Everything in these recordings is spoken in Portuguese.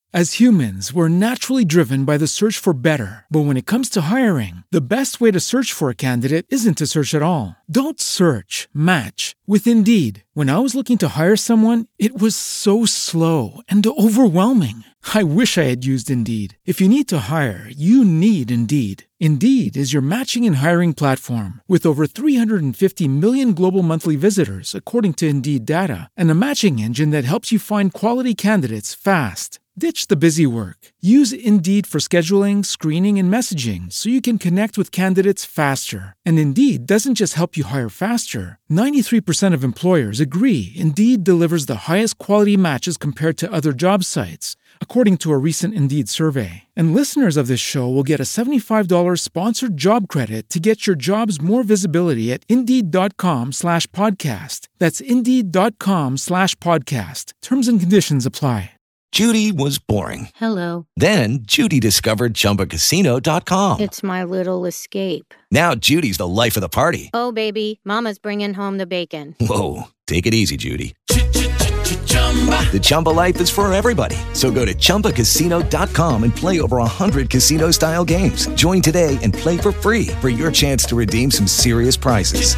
As humans, we're naturally driven by the search for better. But when it comes to hiring, the best way to search for a candidate isn't to search at all. Don't search, match with Indeed. When I was looking to hire someone, it was so slow and overwhelming. I wish I had used Indeed. If you need to hire, you need Indeed. Indeed is your matching and hiring platform with over 350 million global monthly visitors, according to Indeed data, and a matching engine that helps you find quality candidates fast. Ditch the busy work. Use Indeed for scheduling, screening, and messaging so you can connect with candidates faster. And Indeed doesn't just help you hire faster. 93% of employers agree Indeed delivers the highest quality matches compared to other job sites, according to a recent Indeed survey. And listeners of this show will get a $75 sponsored job credit to get your jobs more visibility at Indeed.com/podcast. That's Indeed.com/podcast. Terms and conditions apply. Judy was boring. Hello. Then Judy discovered ChumbaCasino.com. It's my little escape. Now Judy's the life of the party. Oh, baby, mama's bringing home the bacon. Whoa, take it easy, Judy. The Chumba life is for everybody. So go to ChumbaCasino.com and play over 100 casino-style games. Join today and play for free for your chance to redeem some serious prizes.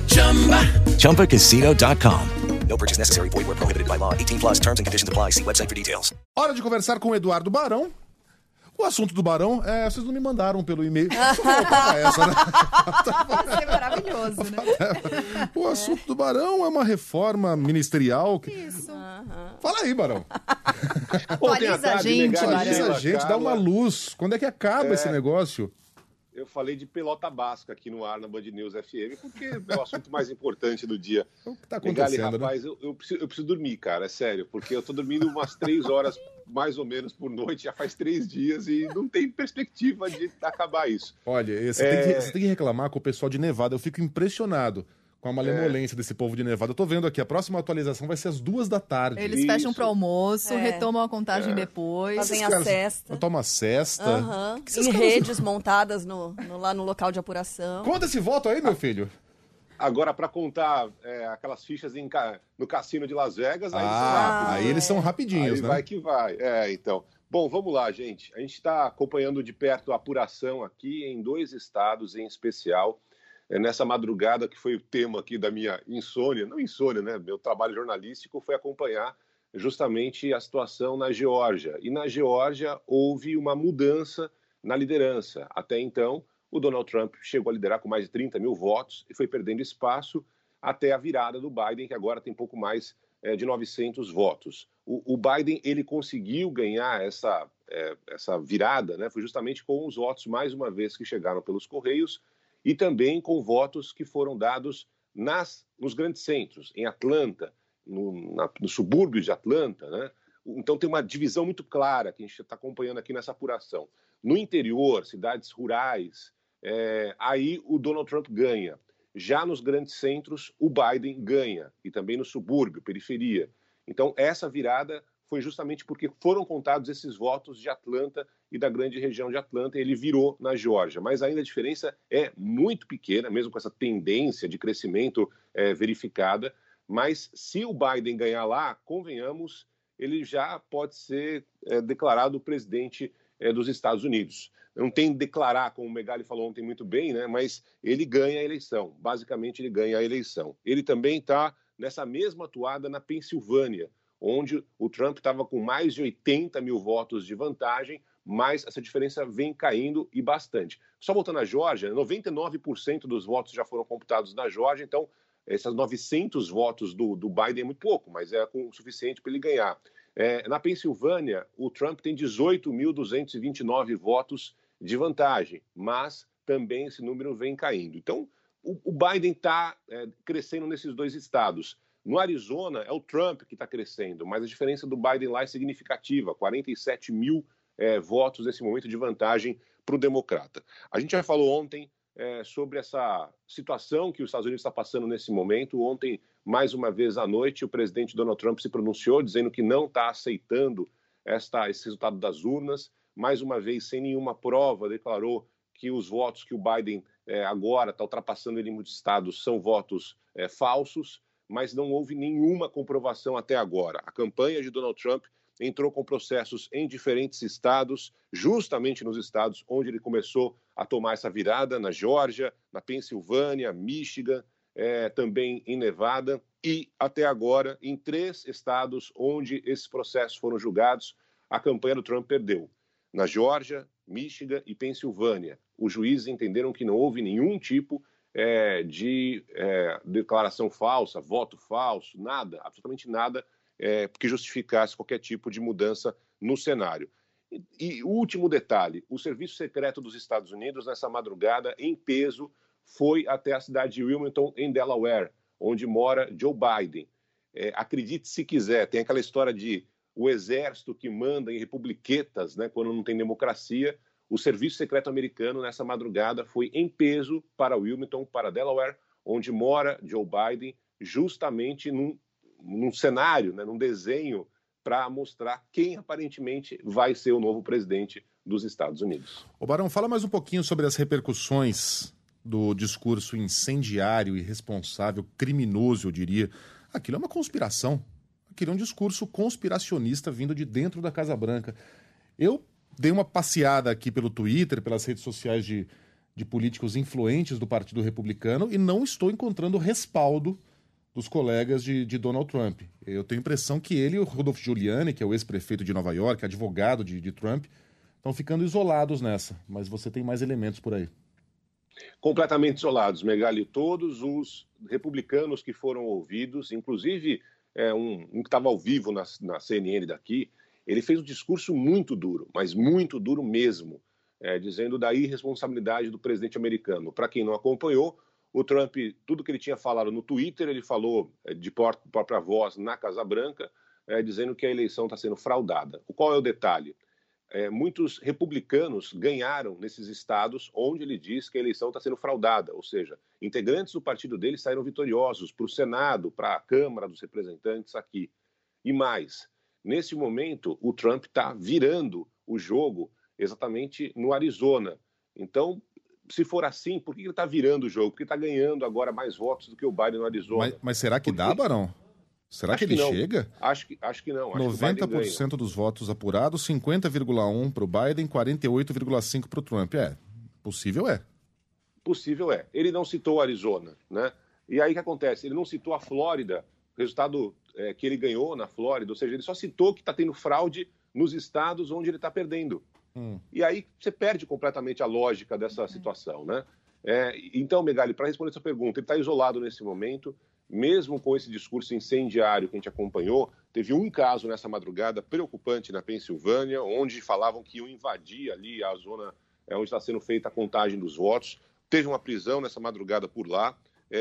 ChumbaCasino.com. No purchase necessary. Void where prohibited by law. 18+ terms and conditions apply. See website for details. Hora de conversar com o Eduardo Barão. O assunto do Barão é... Vocês não me mandaram pelo e-mail. Essa, né? Vai ser maravilhoso, né? O assunto do Barão é uma reforma ministerial. Que... Isso. Fala aí, Barão. Atualiza a gente, Barão. Atualiza a gente, dá uma luz. Quando é que acaba esse negócio? Eu falei de pelota basca aqui no ar na Band News FM, porque é o assunto mais importante do dia. O que tá acontecendo, rapaz, né? eu preciso dormir, cara, é sério, porque eu tô dormindo umas 3 horas, mais ou menos, por noite, já faz 3 dias e não tem perspectiva de acabar isso. Olha, você tem que reclamar com o pessoal de Nevada, eu fico impressionado com a malemolência desse povo de Nevada. Eu tô vendo aqui, a próxima atualização vai ser às 2h. Eles fecham pro almoço, retomam a contagem depois. Fazem a cesta. Toma a cesta. Em redes montadas lá no local de apuração. Conta esse voto aí, meu filho. Agora, para contar aquelas fichas no cassino de Las Vegas, aí eles são rapidinhos, aí né? Vai que vai. Então. Bom, vamos lá, gente. A gente está acompanhando de perto a apuração aqui em 2 estados em especial. Nessa madrugada, que foi o tema aqui da minha insônia, não insônia, né? Meu trabalho jornalístico foi acompanhar justamente a situação na Geórgia. E na Geórgia houve uma mudança na liderança. Até então, o Donald Trump chegou a liderar com mais de 30 mil votos e foi perdendo espaço até a virada do Biden, que agora tem pouco mais de 900 votos. O Biden, ele conseguiu ganhar essa virada, né? Foi justamente com os votos, mais uma vez, que chegaram pelos Correios, e também com votos que foram dados nos grandes centros, em Atlanta, no subúrbio de Atlanta, né? Então tem uma divisão muito clara que a gente está acompanhando aqui nessa apuração. No interior, cidades rurais, aí o Donald Trump ganha. Já nos grandes centros, o Biden ganha, e também no subúrbio, periferia. Então essa virada foi justamente porque foram contados esses votos de Atlanta e da grande região de Atlanta, e ele virou na Geórgia. Mas ainda a diferença é muito pequena, mesmo com essa tendência de crescimento verificada. Mas se o Biden ganhar lá, convenhamos, ele já pode ser declarado o presidente dos Estados Unidos. Não tem declarar, como o Megali falou ontem muito bem, né? Mas ele ganha a eleição. Basicamente, ele ganha a eleição. Ele também está nessa mesma atuada na Pensilvânia, onde o Trump estava com mais de 80 mil votos de vantagem, mas essa diferença vem caindo e bastante. Só voltando à Geórgia, 99% dos votos já foram computados na Geórgia, então esses 900 votos do Biden é muito pouco, mas é o suficiente para ele ganhar. Na Pensilvânia, o Trump tem 18.229 votos de vantagem, mas também esse número vem caindo. Então, o Biden está crescendo nesses 2 estados. No Arizona, é o Trump que está crescendo, mas a diferença do Biden lá é significativa, 47 mil votos nesse momento de vantagem para o democrata. A gente já falou ontem sobre essa situação que os Estados Unidos está passando nesse momento. Ontem, mais uma vez à noite, o presidente Donald Trump se pronunciou, dizendo que não está aceitando esse resultado das urnas. Mais uma vez, sem nenhuma prova, declarou que os votos que o Biden agora está ultrapassando em muitos estados são votos falsos, mas não houve nenhuma comprovação até agora. A campanha de Donald Trump entrou com processos em diferentes estados, justamente nos estados onde ele começou a tomar essa virada, na Geórgia, na Pensilvânia, Michigan, também em Nevada, e até agora, em 3 estados onde esses processos foram julgados, a campanha do Trump perdeu. Na Geórgia, Michigan e Pensilvânia. Os juízes entenderam que não houve nenhum tipo de declaração falsa, voto falso, nada, absolutamente nada que justificasse qualquer tipo de mudança no cenário. E o último detalhe, o Serviço Secreto dos Estados Unidos, nessa madrugada, em peso, foi até a cidade de Wilmington, em Delaware, onde mora Joe Biden. Acredite se quiser, tem aquela história de o exército que manda em republiquetas, né, quando não tem democracia. O Serviço Secreto americano, nessa madrugada, foi em peso para Wilmington, para Delaware, onde mora Joe Biden, justamente num cenário, né, num desenho, para mostrar quem aparentemente vai ser o novo presidente dos Estados Unidos. Ô Barão, fala mais um pouquinho sobre as repercussões do discurso incendiário, irresponsável, criminoso, eu diria. Aquilo é uma conspiração. Aquilo é um discurso conspiracionista vindo de dentro da Casa Branca. Eu dei uma passeada aqui pelo Twitter, pelas redes sociais de políticos influentes do Partido Republicano e não estou encontrando respaldo dos colegas de Donald Trump. Eu tenho a impressão que ele e o Rudolph Giuliani, que é o ex-prefeito de Nova York, advogado de Trump, estão ficando isolados nessa. Mas você tem mais elementos por aí. Completamente isolados, Megali. Todos os republicanos que foram ouvidos, inclusive um que estava ao vivo na CNN daqui, ele fez um discurso muito duro, mas muito duro mesmo, dizendo da irresponsabilidade do presidente americano. Para quem não acompanhou, o Trump, tudo que ele tinha falado no Twitter, ele falou de própria voz na Casa Branca, dizendo que a eleição está sendo fraudada. Qual é o detalhe? Muitos republicanos ganharam nesses estados onde ele diz que a eleição está sendo fraudada, ou seja, integrantes do partido dele saíram vitoriosos para o Senado, para a Câmara dos Representantes aqui. E mais, nesse momento, o Trump está virando o jogo exatamente no Arizona. Então, se for assim, por que ele está virando o jogo? Porque está ganhando agora mais votos do que o Biden no Arizona. Mas será que dá, Barão? Será que ele chega? Acho que não. Acho 90% dos votos apurados, 50,1% para o Biden, 48,5% para o Trump. Possível é. Possível é. Ele não citou o Arizona, né? E aí o que acontece? Ele não citou a Flórida, o resultado que ele ganhou na Flórida, ou seja, ele só citou que está tendo fraude nos estados onde ele está perdendo. E aí você perde completamente a lógica dessa situação, né? Então, Megali, para responder essa pergunta, ele está isolado nesse momento, mesmo com esse discurso incendiário que a gente acompanhou. Teve um caso nessa madrugada preocupante na Pensilvânia, onde falavam que iam invadir ali a zona onde está sendo feita a contagem dos votos. Teve uma prisão nessa madrugada por lá,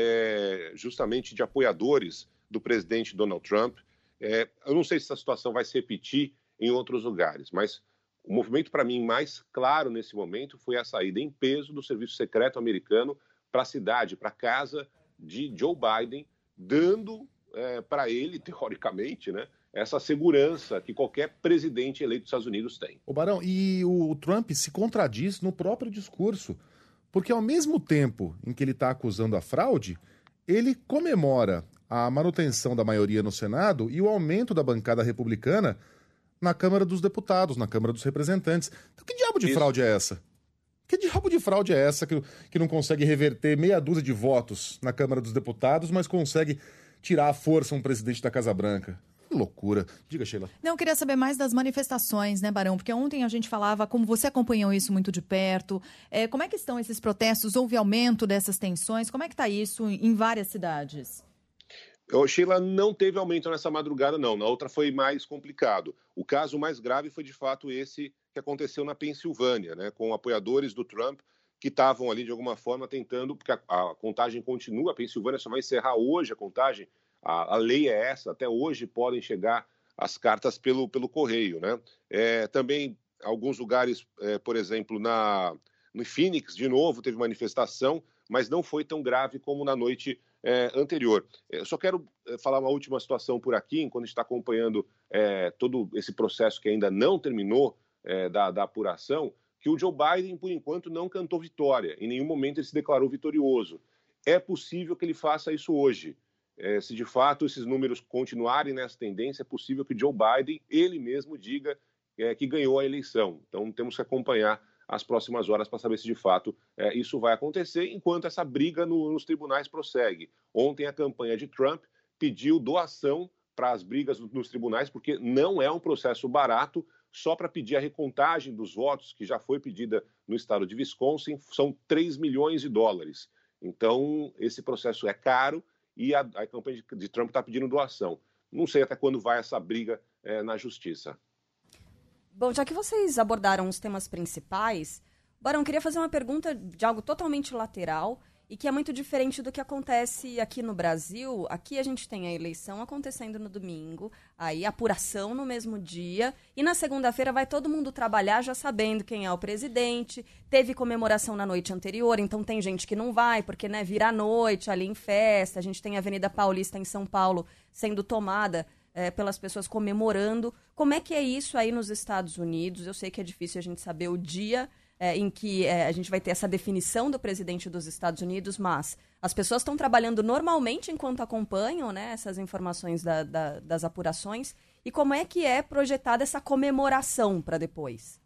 justamente de apoiadores do presidente Donald Trump. Eu não sei se essa situação vai se repetir em outros lugares, mas o movimento, para mim, mais claro nesse momento foi a saída em peso do Serviço Secreto americano para a cidade, para a casa de Joe Biden, dando para ele, teoricamente, né, essa segurança que qualquer presidente eleito dos Estados Unidos tem. Ô Barão, e o Trump se contradiz no próprio discurso, porque ao mesmo tempo em que ele está acusando a fraude, ele comemora a manutenção da maioria no Senado e o aumento da bancada republicana na Câmara dos Deputados, na Câmara dos Representantes. Então, que diabo de fraude é essa? Que diabo de fraude é essa que não consegue reverter meia dúzia de votos na Câmara dos Deputados, mas consegue tirar à força um presidente da Casa Branca? Que loucura. Diga, Sheila. Não, eu queria saber mais das manifestações, né, Barão? Porque ontem a gente falava, como você acompanhou isso muito de perto, como é que estão esses protestos? Houve aumento dessas tensões? Como é que está isso em várias cidades? Sheila, não teve aumento nessa madrugada, não. Na outra foi mais complicado. O caso mais grave foi, de fato, esse que aconteceu na Pensilvânia, né, com apoiadores do Trump que estavam ali, de alguma forma, tentando, porque a contagem continua, a Pensilvânia só vai encerrar hoje a contagem, a lei é essa, até hoje podem chegar as cartas pelo correio, né? Também, alguns lugares, por exemplo, no Phoenix, de novo, teve manifestação, mas não foi tão grave como na noite anterior. Eu só quero falar uma última situação por aqui, enquanto a gente está acompanhando todo esse processo que ainda não terminou da apuração, que o Joe Biden, por enquanto, não cantou vitória. Em nenhum momento ele se declarou vitorioso. É possível que ele faça isso hoje. se de fato esses números continuarem nessa tendência, é possível que Joe Biden, ele mesmo, diga que ganhou a eleição. Então temos que acompanhar as próximas horas para saber se de fato isso vai acontecer, enquanto essa briga nos tribunais prossegue. Ontem a campanha de Trump pediu doação para as brigas nos tribunais, porque não é um processo barato. Só para pedir a recontagem dos votos, que já foi pedida no estado de Wisconsin, são 3 milhões de dólares. Então, esse processo é caro e a campanha de Trump está pedindo doação. Não sei até quando vai essa briga na justiça. Bom, já que vocês abordaram os temas principais, Barão, queria fazer uma pergunta de algo totalmente lateral e que é muito diferente do que acontece aqui no Brasil. Aqui a gente tem a eleição acontecendo no domingo, aí apuração no mesmo dia, e na segunda-feira vai todo mundo trabalhar já sabendo quem é o presidente. Teve comemoração na noite anterior, então tem gente que não vai, porque vira à noite ali em festa. A gente tem a Avenida Paulista em São Paulo sendo tomada pelas pessoas comemorando. Como é que é isso aí nos Estados Unidos? Eu sei que é difícil a gente saber o dia em que a gente vai ter essa definição do presidente dos Estados Unidos, mas as pessoas estão trabalhando normalmente enquanto acompanham essas informações das apurações. E como é que é projetada essa comemoração para depois?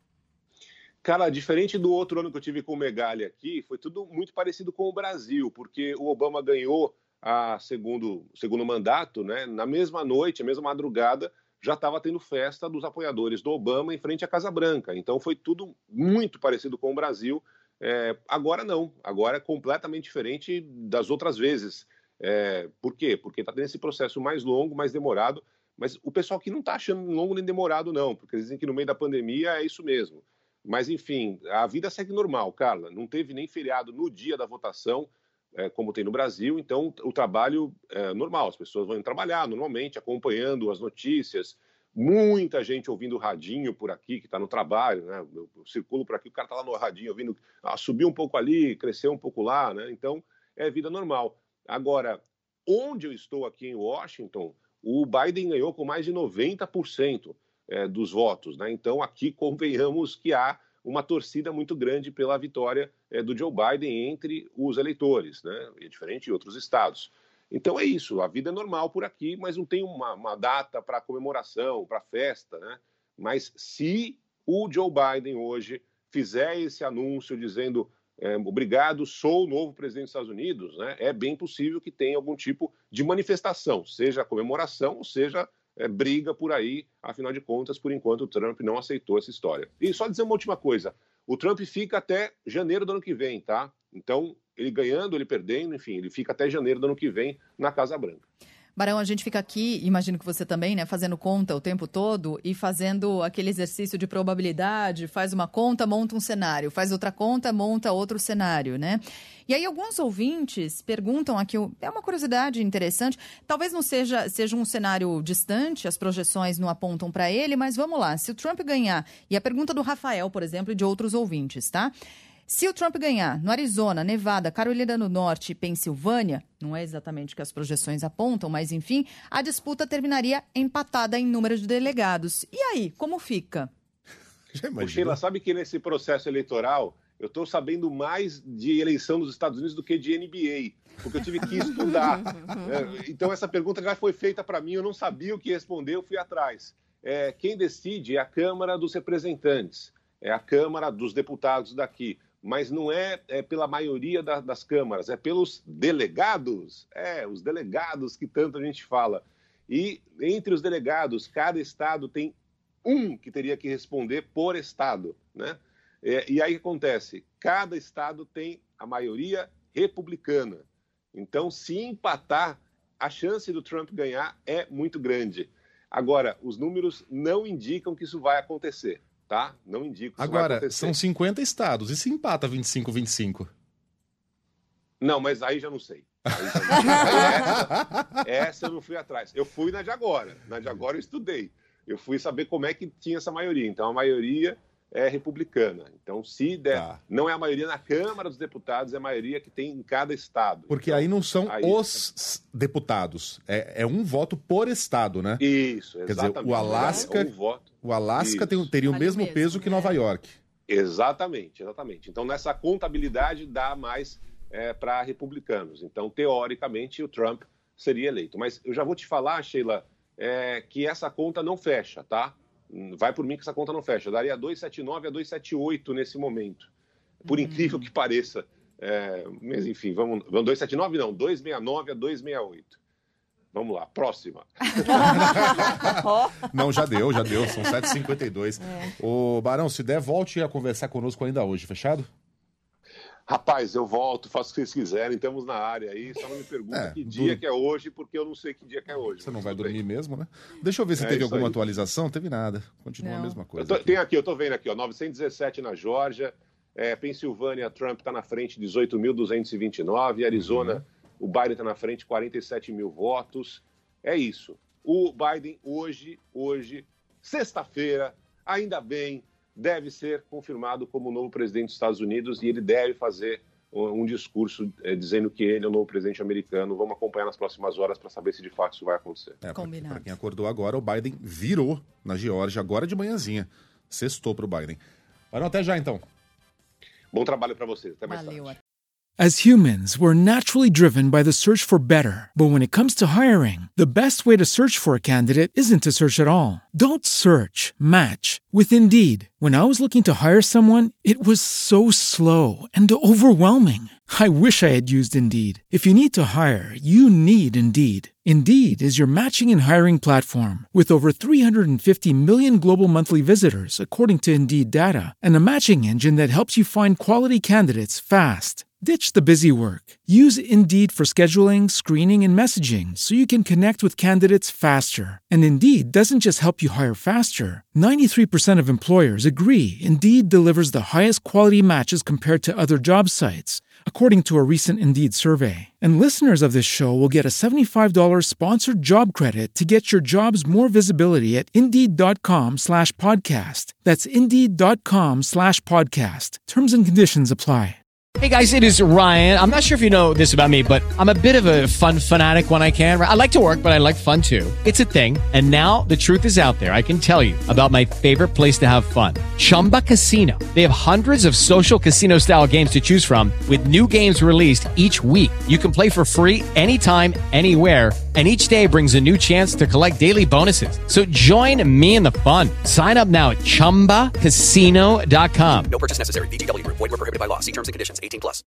Cara, diferente do outro ano que eu tive com o Megali aqui, foi tudo muito parecido com o Brasil, porque o Obama ganhou o segundo mandato, na mesma noite, a mesma madrugada, já estava tendo festa dos apoiadores do Obama em frente à Casa Branca. Então foi tudo muito parecido com o Brasil. Agora não, agora é completamente diferente das outras vezes. Por quê? Porque está tendo esse processo mais longo, mais demorado, mas o pessoal aqui não está achando longo nem demorado não, porque eles dizem que no meio da pandemia é isso mesmo. Mas enfim, a vida segue normal, Carla. Não teve nem feriado no dia da votação, como tem no Brasil, então o trabalho é normal, as pessoas vão trabalhar normalmente, acompanhando as notícias, muita gente ouvindo o radinho por aqui, que está no trabalho, eu circulo por aqui, o cara está lá no radinho ouvindo, subiu um pouco ali, cresceu um pouco lá, então é vida normal. Agora, onde eu estou aqui em Washington, o Biden ganhou com mais de 90% dos votos, então aqui convenhamos que há uma torcida muito grande pela vitória do Joe Biden entre os eleitores, é diferente de outros estados. Então é isso, a vida é normal por aqui, mas não tem uma data para comemoração, para festa, Mas se o Joe Biden hoje fizer esse anúncio dizendo obrigado, sou o novo presidente dos Estados Unidos, é bem possível que tenha algum tipo de manifestação, seja comemoração, ou seja briga por aí. Afinal de contas, por enquanto, o Trump não aceitou essa história. E só dizer uma última coisa, o Trump fica até janeiro do ano que vem, tá? Então, ele ganhando, ele perdendo, enfim, ele fica até janeiro do ano que vem na Casa Branca. Barão, a gente fica aqui, imagino que você também, fazendo conta o tempo todo e fazendo aquele exercício de probabilidade, faz uma conta, monta um cenário, faz outra conta, monta outro cenário, E aí alguns ouvintes perguntam aqui, é uma curiosidade interessante, talvez não seja um cenário distante, as projeções não apontam para ele, mas vamos lá, se o Trump ganhar, e a pergunta do Rafael, por exemplo, e de outros ouvintes, tá? Se o Trump ganhar no Arizona, Nevada, Carolina do Norte e Pensilvânia, não é exatamente o que as projeções apontam, mas enfim, a disputa terminaria empatada em número de delegados. E aí, como fica? Sheila, sabe que nesse processo eleitoral eu estou sabendo mais de eleição nos Estados Unidos do que de NBA, porque eu tive que estudar. Então essa pergunta já foi feita para mim, eu não sabia o que responder, eu fui atrás. Quem decide é a Câmara dos Representantes, é a Câmara dos Deputados daqui. Mas não é pela maioria das câmaras, é pelos delegados, os delegados que tanto a gente fala. E entre os delegados, cada estado tem um que teria que responder por estado, E aí o que acontece? Cada estado tem a maioria republicana. Então, se empatar, a chance do Trump ganhar é muito grande. Agora, os números não indicam que isso vai acontecer. Tá? Não indico. Agora, são 50 estados. E se empata 25-25? Não, mas aí já não sei. Essa eu não fui atrás. Eu fui na de agora. Na de agora eu estudei. Eu fui saber como é que tinha essa maioria. Então, a maioria é republicana. Então, se der, não é a maioria na Câmara dos Deputados, é a maioria que tem em cada estado. Porque então, aí não são os deputados. É um voto por estado, né? Isso, exatamente. Quer dizer, o Alasca teria o mesmo peso que Nova York. Exatamente. Então, nessa contabilidade, dá mais para republicanos. Então, teoricamente, o Trump seria eleito. Mas eu já vou te falar, Sheila, que essa conta não fecha, tá? Vai por mim que essa conta não fecha. Daria 279 a 278 nesse momento. Por incrível que pareça. Mas enfim, vamos 279 não, 269 a 268. Vamos lá, próxima. Não, já deu, são 7h52. Ô, Barão, se der, volte a conversar conosco ainda hoje, fechado? Rapaz, eu volto, faço o que vocês quiserem, estamos na área aí, só não me pergunta que dia que é hoje, porque eu não sei que dia que é hoje. Você não vai dormir mesmo, né? Deixa eu ver se teve alguma atualização. Teve nada, continua a mesma coisa. Eu tô vendo aqui, 917 na Geórgia, Pensilvânia, Trump está na frente, 18.229, Arizona, o Biden está na frente, 47 mil votos. É isso. O Biden hoje, sexta-feira, ainda bem, deve ser confirmado como o novo presidente dos Estados Unidos e ele deve fazer um discurso dizendo que ele é o novo presidente americano. Vamos acompanhar nas próximas horas para saber se de fato isso vai acontecer. Combinado. Para quem acordou agora, o Biden virou na Geórgia, agora de manhãzinha. Sextou para o Biden. Barão, até já então. Bom trabalho para vocês. Até mais tarde. As humans, we're naturally driven by the search for better. But when it comes to hiring, the best way to search for a candidate isn't to search at all. Don't search, match with Indeed. When I was looking to hire someone, it was so slow and overwhelming. I wish I had used Indeed. If you need to hire, you need Indeed. Indeed is your matching and hiring platform with over 350 million global monthly visitors, according to Indeed data, and a matching engine that helps you find quality candidates fast. Ditch the busy work. Use Indeed for scheduling, screening, and messaging so you can connect with candidates faster. And Indeed doesn't just help you hire faster. 93% of employers agree Indeed delivers the highest quality matches compared to other job sites, according to a recent Indeed survey. And listeners of this show will get a $75 sponsored job credit to get your jobs more visibility at Indeed.com/podcast. That's Indeed.com/podcast. Terms and conditions apply. Hey guys, it is Ryan. I'm not sure if you know this about me, but I'm a bit of a fun fanatic when I can. I like to work, but I like fun too. It's a thing. And now the truth is out there. I can tell you about my favorite place to have fun. Chumba Casino. They have hundreds of social casino style games to choose from with new games released each week. You can play for free anytime, anywhere. And each day brings a new chance to collect daily bonuses. So join me in the fun. Sign up now at ChumbaCasino.com. No purchase necessary. VGW Group. Void where prohibited by law. See terms and conditions. 18+.